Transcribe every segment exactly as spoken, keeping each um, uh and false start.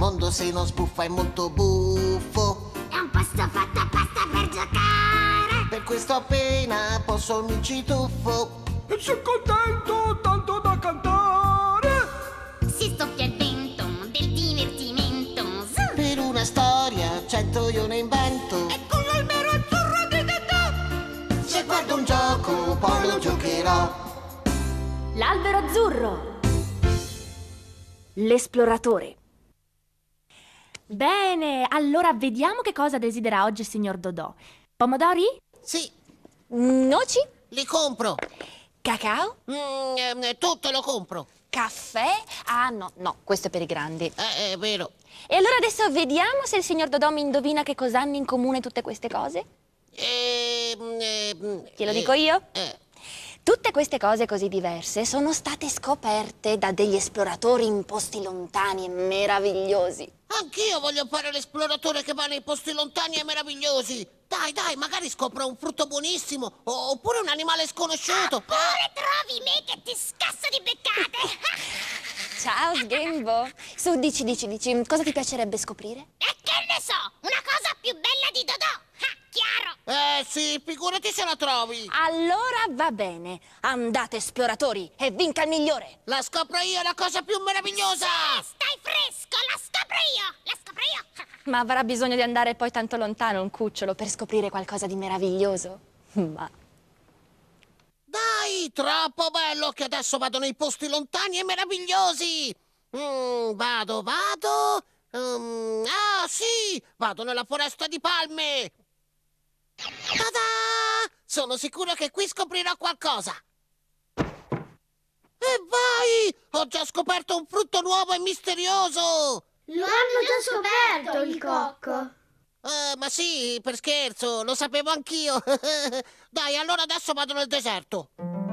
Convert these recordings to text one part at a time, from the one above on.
mondo se non sbuffa è molto buffo. È un posto fatto apposta per giocare. Per questo appena posso mi ci tuffo. E sono contento tanto da cantare. Si soffia il vento del divertimento. Zu! Per una storia cento io ne invento. E con l'albero azzurro di Dodò. Se guardo un gioco poi lo giocherò. L'albero azzurro. L'esploratore. Bene, allora vediamo che cosa desidera oggi il signor Dodò. Pomodori? Sì, Noci? li compro. Cacao? Mm, eh, tutto lo compro. Caffè? Ah no, no, questo è per i grandi. Eh, è vero. E allora adesso vediamo se il signor Dodò mi indovina che cosa hanno in comune tutte queste cose. Ehm, ehm, Te lo eh, dico io? eh. Tutte queste cose così diverse sono state scoperte da degli esploratori in posti lontani e meravigliosi. Anch'io voglio fare l'esploratore che va nei posti lontani e meravigliosi. Dai, dai, magari scopro un frutto buonissimo o- oppure un animale sconosciuto. Oppure trovi me che ti scasso di beccate. Ciao Sghembo. Su, dici, dici, dici, cosa ti piacerebbe scoprire? E che ne so, una cosa più bella di Dodò. Ah, chiaro. Eh sì, figurati se la trovi. Allora va bene. Andate esploratori e vinca il migliore. La scopro io, la cosa più meravigliosa. Eh, stai fresco, la scopro io. La scopro io. Ma avrà bisogno di andare poi tanto lontano un cucciolo per scoprire qualcosa di meraviglioso? Ma... Dai, troppo bello che adesso vado nei posti lontani e meravigliosi. Mm, vado, vado. Um, ah, sì, vado nella foresta di palme. Ta-da! Sono sicuro che qui scoprirò qualcosa. E vai! Ho già scoperto un frutto nuovo e misterioso. Lo hanno già scoperto il cocco. Eh, ma sì, per scherzo, lo sapevo anch'io. Dai, allora adesso vado nel deserto.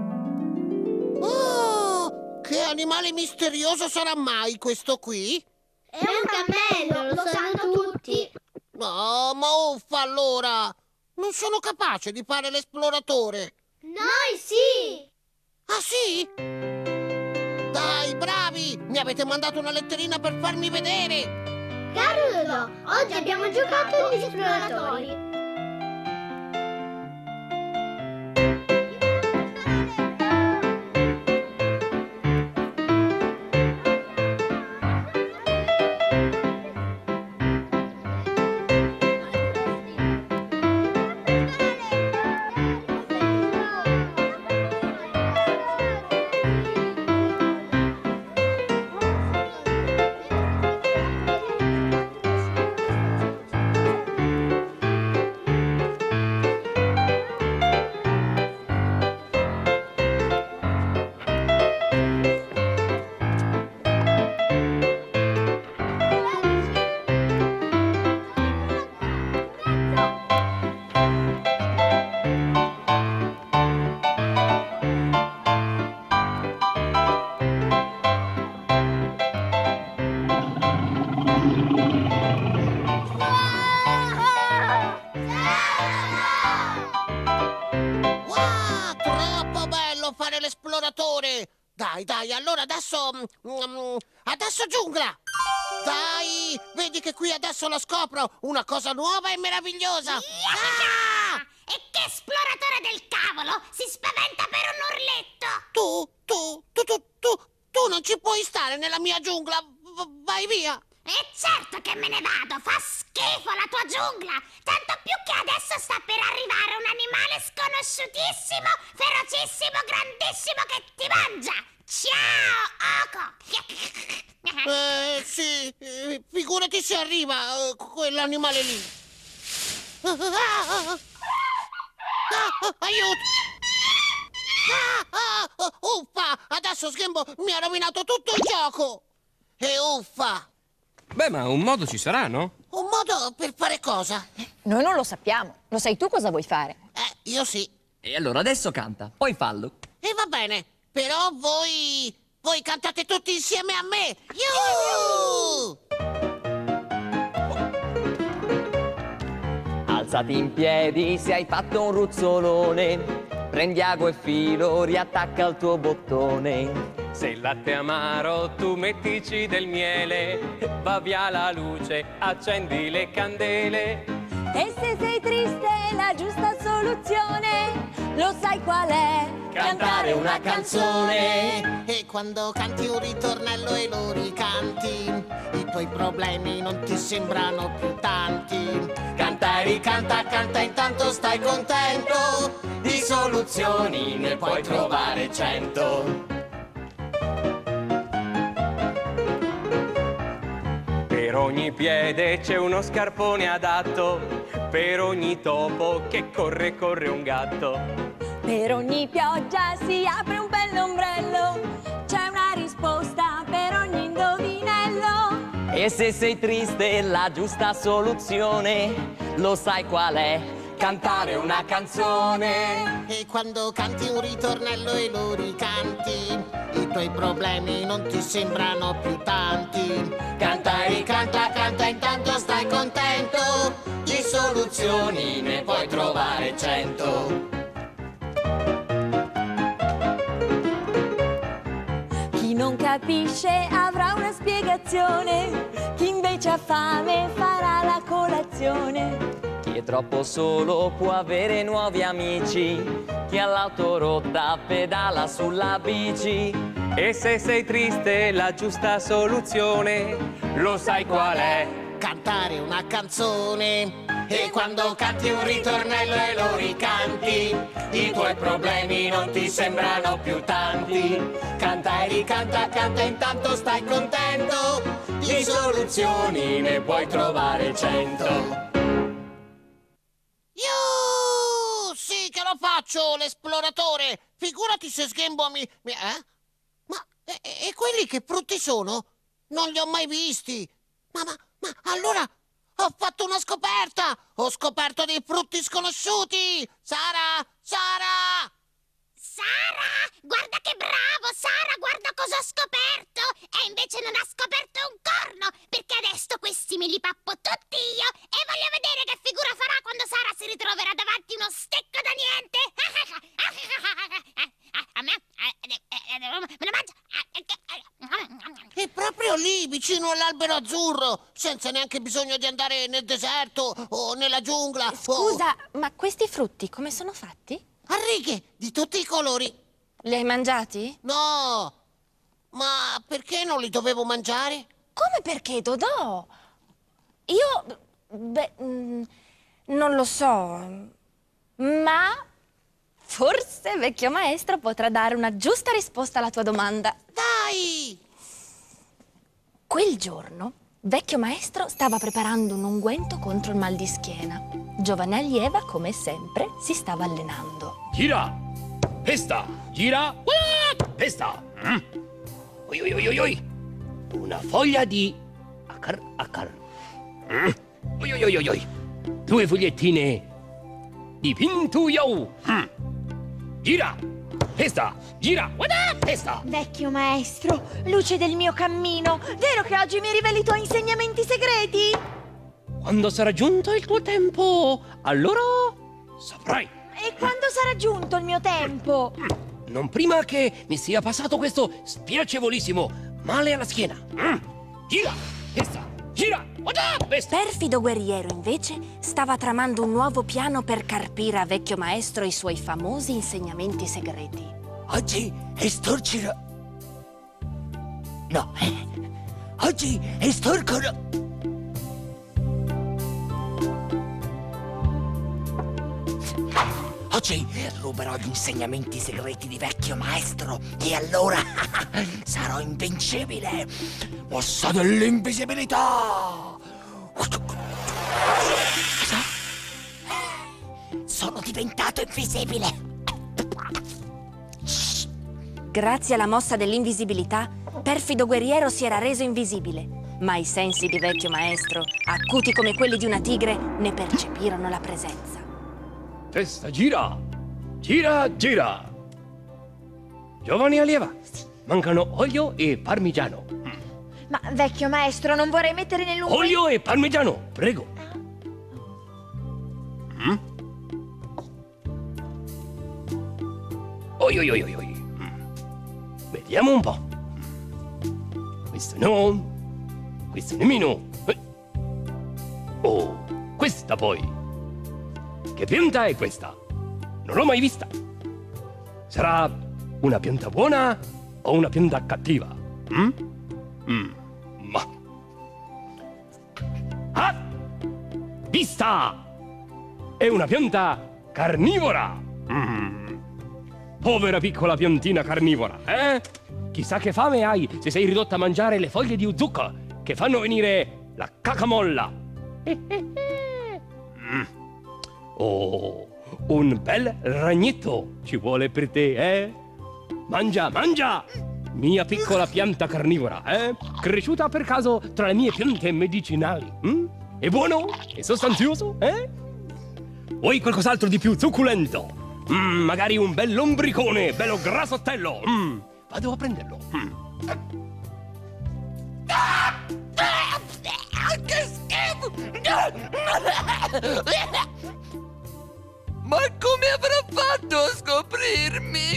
Oh, che animale misterioso sarà mai questo qui? È un cammello, lo sanno tutti. No, ma uffa allora! Non sono capace di fare l'esploratore. Noi sì! Ah sì? Dai, bravi! Mi avete mandato una letterina per farmi vedere. Caro Dodò, oggi abbiamo giocato agli esploratori. Dai, dai, allora adesso... mm, adesso giungla! Dai, vedi che qui adesso lo scopro, una cosa nuova e meravigliosa! Ah! E che esploratore del cavolo! Si spaventa per un urletto! Tu, tu, tu, tu, tu, tu non ci puoi stare nella mia giungla! V- vai via! E certo che me ne vado! Fa schifo la tua giungla! Tanto più che adesso sta per arrivare un animale sconosciutissimo, ferocissimo, grandissimo che ti mangia! Ciao, Oco! Eh, sì, eh, figurati se arriva eh, quell'animale lì. Ah, ah, ah, ah, aiuto! Ah, ah, uffa! Adesso Sghembo mi ha rovinato tutto il gioco! E uffa! Beh, ma un modo ci sarà, no? Un modo per fare cosa? Noi non lo sappiamo. Lo sai tu cosa vuoi fare? Eh, io sì. E allora adesso canta, poi fallo. E va bene, però voi... voi cantate tutti insieme a me! Yuhu! Alzati in piedi se hai fatto un ruzzolone, prendi ago e filo, riattacca il tuo bottone. Se il latte è amaro tu mettici del miele, va via la luce, accendi le candele. E se sei triste la giusta soluzione, lo sai qual è? Cantare una canzone. E quando canti un ritornello e lo ricanti, i tuoi problemi non ti sembrano più tanti. Canta e ricanta, canta intanto stai contento, di soluzioni ne puoi trovare cento. Per ogni piede c'è uno scarpone adatto, per ogni topo che corre corre un gatto. Per ogni pioggia si apre un bell'ombrello, c'è una risposta per ogni indovinello. E se sei triste la giusta soluzione, lo sai qual è? Cantare una canzone. E quando canti un ritornello e lo ricanti, i tuoi problemi non ti sembrano più tanti. Canta e ricanta, canta intanto stai contento, di soluzioni ne puoi trovare cento. Chi non capisce avrà una spiegazione, chi invece ha fame farà la colazione. Chi è troppo solo può avere nuovi amici, chi all'auto rotta pedala sulla bici. E se sei triste la giusta soluzione, lo sai qual è? Cantare una canzone. E quando canti un ritornello e lo ricanti, i tuoi problemi non ti sembrano più tanti. Canta e ricanta, canta intanto stai contento, di soluzioni ne puoi trovare cento. Io sì che lo faccio, l'esploratore. Figurati se sghembo mi... mi- eh? Ma e, e quelli che frutti sono? Non li ho mai visti. Ma, ma, ma allora... Ho fatto una scoperta! Ho scoperto dei frutti sconosciuti! Sara! Sara! Sara, guarda che bravo, Sara, guarda cosa ho scoperto! E invece non ha scoperto un corno, perché adesso questi me li pappo tutti io e voglio vedere che figura farà quando Sara si ritroverà davanti uno stecco da niente! A me? Me lo mangio? È proprio lì, vicino all'albero azzurro, senza neanche bisogno di andare nel deserto o nella giungla. Scusa, ma questi frutti come sono fatti? A righe, di tutti i colori. Li hai mangiati? No, ma perché non li dovevo mangiare? Come perché, Dodò? Io... beh... mm, non lo so. Ma... forse vecchio maestro potrà dare una giusta risposta alla tua domanda. Dai! Quel giorno, vecchio maestro stava preparando un unguento contro il mal di schiena. Giovane allieva, come sempre, si stava allenando. Gira! Pesta! Gira! Pesta! Mm. Oi, oi, oi, oi, oi. Una foglia di acar acar. Mm. Oi, oi, oi, oi, oi. Due fogliettine di pintuyo. Mm. Gira! Pesta! Gira! Guarda! Pesta! Vecchio maestro, luce del mio cammino, vero che oggi mi riveli i tuoi insegnamenti segreti? Quando sarà giunto il tuo tempo, allora saprai. E quando sarà giunto il mio tempo? Non prima che mi sia passato questo spiacevolissimo male alla schiena. Mm. Gira! Pesta! Gira! Guarda! Pesta! Perfido guerriero, invece, stava tramando un nuovo piano per carpire a vecchio maestro i suoi famosi insegnamenti segreti. Oggi estorcerò... No, oggi estorcerò... Oggi ruberò gli insegnamenti segreti di vecchio maestro e allora sarò invincibile. Mossa dell'invisibilità. Sono diventato invisibile. Grazie alla mossa dell'invisibilità, Perfido guerriero si era reso invisibile, ma i sensi di vecchio maestro, acuti come quelli di una tigre, ne percepirono la presenza. Testa gira! Gira, gira! Giovani allieva, mancano olio e parmigiano. Ma vecchio maestro, non vorrei mettere nell'unguento... Olio e parmigiano, prego. Mm? Oi, oi, oi, oi, oi. Mm. Vediamo un po'. questo no, questo nemmeno. Oh, questa poi. Che pianta è questa? Non l'ho mai vista. Sarà una pianta buona o una pianta cattiva? Mm? Mm. Ma... Ah! Vista! È una pianta carnivora! Mm. Povera piccola piantina carnivora, eh? Chissà che fame hai se sei ridotta a mangiare le foglie di uzucca che fanno venire la cacamolla. Mm. Oh, un bel ragnetto ci vuole per te, eh? Mangia, mangia! Mia piccola pianta carnivora, eh? Cresciuta per caso tra le mie piante medicinali. Mm? È buono? È sostanzioso, eh? Vuoi qualcos'altro di più succulento? Mm, magari un bel lombricone, bello grassottello. Mm. Vado a prenderlo. Mm. Che schifo! Ma come avrà fatto a scoprirmi?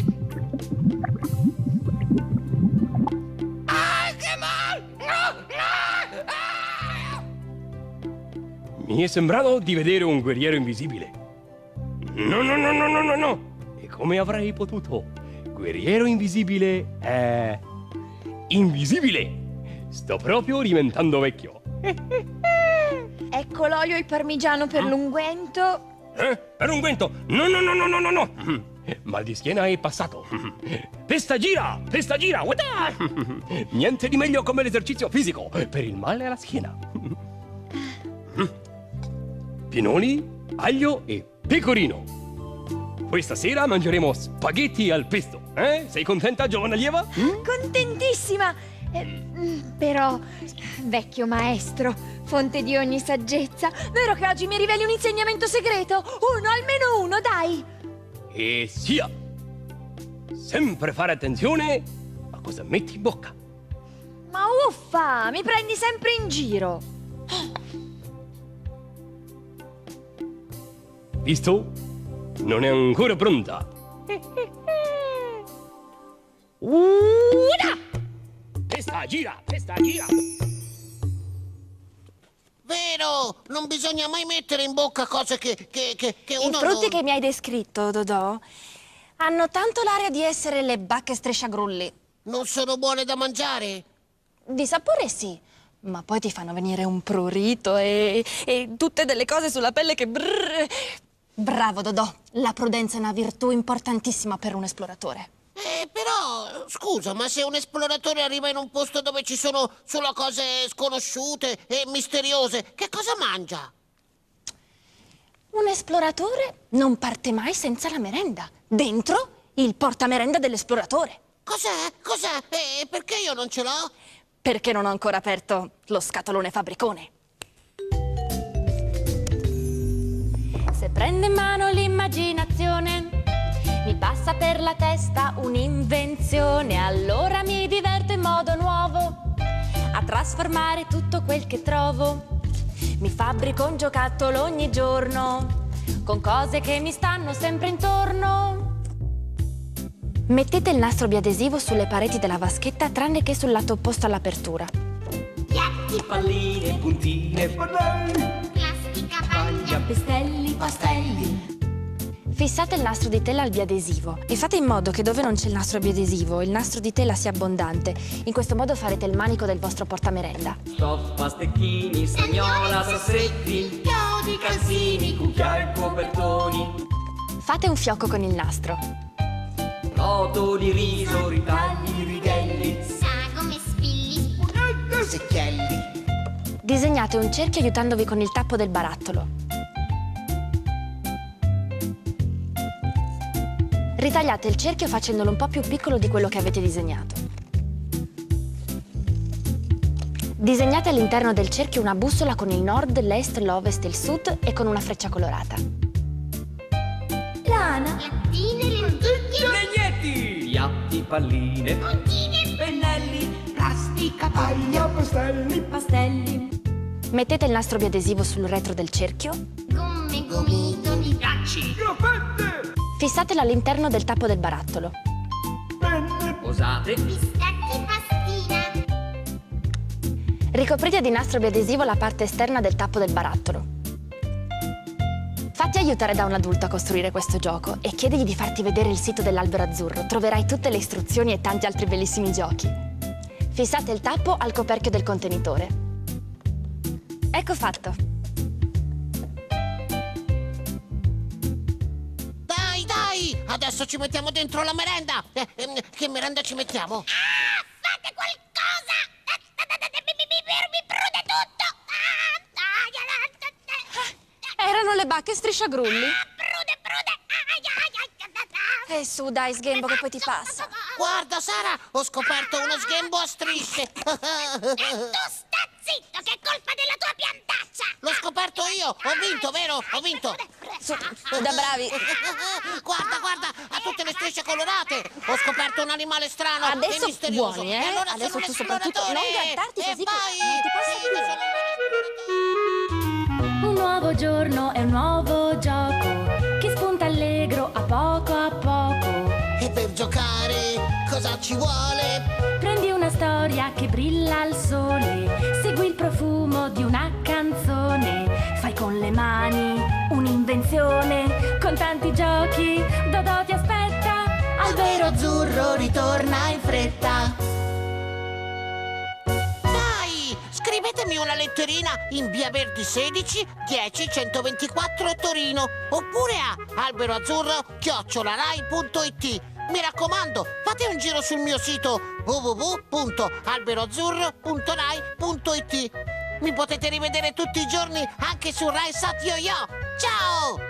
Ah, che mal! No, no! Ah! Mi è sembrato di vedere un guerriero invisibile. No, no, no, no, no, no, no! E come avrei potuto? Guerriero invisibile è... invisibile! Sto proprio diventando vecchio. Ecco l'olio e il parmigiano per l'unguento. Eh? Per unguento? No, no, no, no, no, no, no! Mal di schiena è passato. Festa gira! Festa gira! Uatà! Niente di meglio come l'esercizio fisico per il male alla schiena. Pinoli, aglio e pecorino. Questa sera mangeremo spaghetti al pesto. Eh? Sei contenta, giovane allieva? Mm? Contentissima! Eh, però, vecchio maestro, fonte di ogni saggezza, vero che oggi mi riveli un insegnamento segreto? Uno, almeno uno, dai! E sia! Sempre fare attenzione a cosa metti in bocca. Ma uffa, mi prendi sempre in giro! Visto? Non è ancora pronta. Una! Testa gira, testa gira. Vero, non bisogna mai mettere in bocca cose che, che, che, che I uno frutti non... che mi hai descritto, Dodò, hanno tanto l'aria di essere le bacche strisciagrulli. Non sono buone da mangiare? Di sapore sì, ma poi ti fanno venire un prurito e, e tutte delle cose sulla pelle che brrr. Bravo, Dodò, la prudenza è una virtù importantissima per un esploratore. Eh, però, scusa, ma se un esploratore arriva in un posto dove ci sono solo cose sconosciute e misteriose, che cosa mangia? Un esploratore non parte mai senza la merenda. Dentro il portamerenda dell'esploratore. Cos'è? Cos'è? E perché io non ce l'ho? Perché non ho ancora aperto lo scatolone fabbricone. Se prendo in mano l'immaginazione, mi passa per la testa un'invenzione, allora mi diverto in modo nuovo a trasformare tutto quel che trovo. Mi fabbrico un giocattolo ogni giorno con cose che mi stanno sempre intorno. Mettete il nastro biadesivo sulle pareti della vaschetta tranne che sul lato opposto all'apertura. Piatti, palline, puntine, Plastica, paglia, Pestelli, pastelli. Fissate il nastro di tela al biadesivo e fate in modo che dove non c'è il nastro biadesivo il nastro di tela sia abbondante. In questo modo farete il manico del vostro portamerenda. stoffa, stecchini, stagnola, sassetti, chiodi, calzini, cucchiai, copertoni, Fate un fiocco con il nastro. rotoli, riso, ritagli, righelli, sagome, spilli, spunti, secchielli. Disegnate un cerchio aiutandovi con il tappo del barattolo. Ritagliate il cerchio facendolo un po' più piccolo di quello che avete disegnato. Disegnate all'interno del cerchio una bussola con il nord, l'est, l'ovest e il sud e con una freccia colorata. Lana, lattine, lenticchie, legnetti, piatti, palline, puntine, pennelli, Plastica, paglia, pastelli. pastelli. Mettete il nastro biadesivo sul retro del cerchio. gomme, gomitoli, ghiacci, Graffette, Fissatelo all'interno del tappo del barattolo. penne, posate, pistacchi, pastina, Ricoprite di nastro biadesivo la parte esterna del tappo del barattolo. Fatti aiutare da un adulto a costruire questo gioco e chiedigli di farti vedere il sito dell'Albero Azzurro. Troverai tutte le istruzioni e tanti altri bellissimi giochi. Fissate il tappo al coperchio del contenitore. Ecco fatto. Dai, dai! Adesso ci mettiamo dentro la merenda! Eh, eh, che merenda ci mettiamo? Ah, fate qualcosa! Mi prude tutto! Erano le bacche strisciagrulli. Prude, prude! E su, dai, sghembo, che poi ti passa. Guarda, Sara, ho scoperto uno sghembo a strisce. E tu sta zitto, che è colpa della tua piantaccia! L'ho scoperto io! Ho vinto, vero? Ho vinto! Su, da bravi. Guarda, guarda, ha tutte le strisce colorate! Ho scoperto un animale strano Adesso e misterioso! buoni, eh? E allora Adesso sono tu un soprattutto non esploratore! grattarti E così che vai! non ti passa Sì, più. che sono un esploratore! Un nuovo giorno è un nuovo gioco che spunta allegro a poco a poco. E per giocare cosa ci vuole? Prendi una storia che brilla al sole, segui il profumo di una canzone, fai con le mani un'invenzione, con tanti giochi Dodò ti aspetta, Albero Azzurro ritorna in fretta. Dai, scrivetemi una letterina in Via Verdi sedici, dieci centoventiquattro Torino, oppure a alberoazzurro chiocciola rai punto it. Mi raccomando, fate un giro sul mio sito w w w punto alberoazzurro punto rai punto it. Mi potete rivedere tutti i giorni anche su Rai Sat Yo-Yo. Ciao!